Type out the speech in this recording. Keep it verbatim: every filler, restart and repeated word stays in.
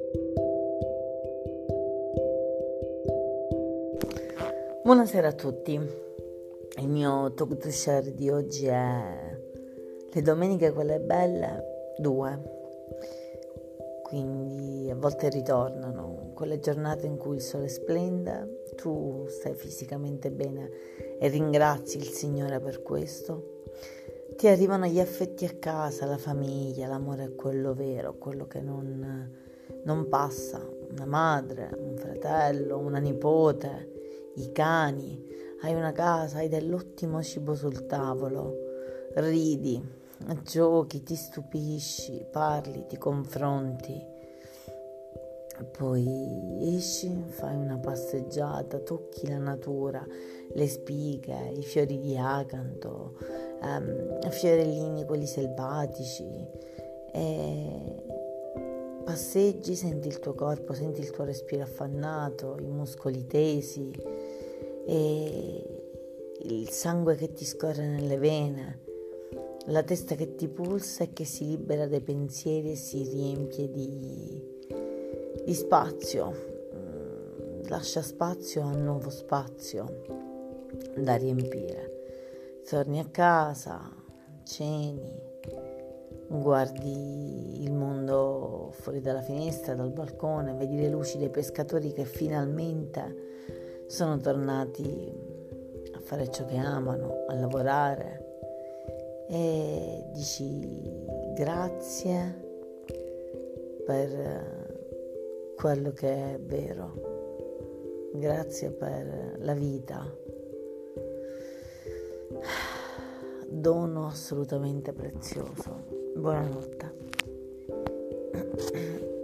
Buonasera a tutti, il mio talk to share di oggi è le domeniche quelle belle, due, quindi a volte ritornano, quelle giornate in cui il sole splende, tu stai fisicamente bene e ringrazi il Signore per questo, ti arrivano gli affetti a casa, la famiglia, l'amore è quello vero, quello che non, non passa, una madre, un fratello, una nipote, i cani, hai una casa, hai dell'ottimo cibo sul tavolo, ridi, giochi, ti stupisci, parli, ti confronti, poi esci, fai una passeggiata, tocchi la natura, le spighe, i fiori di acanto, ehm, fiorellini quelli selvatici, e passeggi, senti il tuo corpo, senti il tuo respiro affannato, i muscoli tesi e il sangue che ti scorre nelle vene, la testa che ti pulsa e che si libera dai pensieri e si riempie di, di spazio, lascia spazio a nuovo spazio da riempire. Torni a casa, ceni, guardi il mondo fuori dalla finestra, dal balcone, vedi le luci dei pescatori che finalmente sono tornati a fare ciò che amano, a lavorare, e dici grazie per quello che è vero, grazie per la vita, dono assolutamente prezioso. Buonanotte.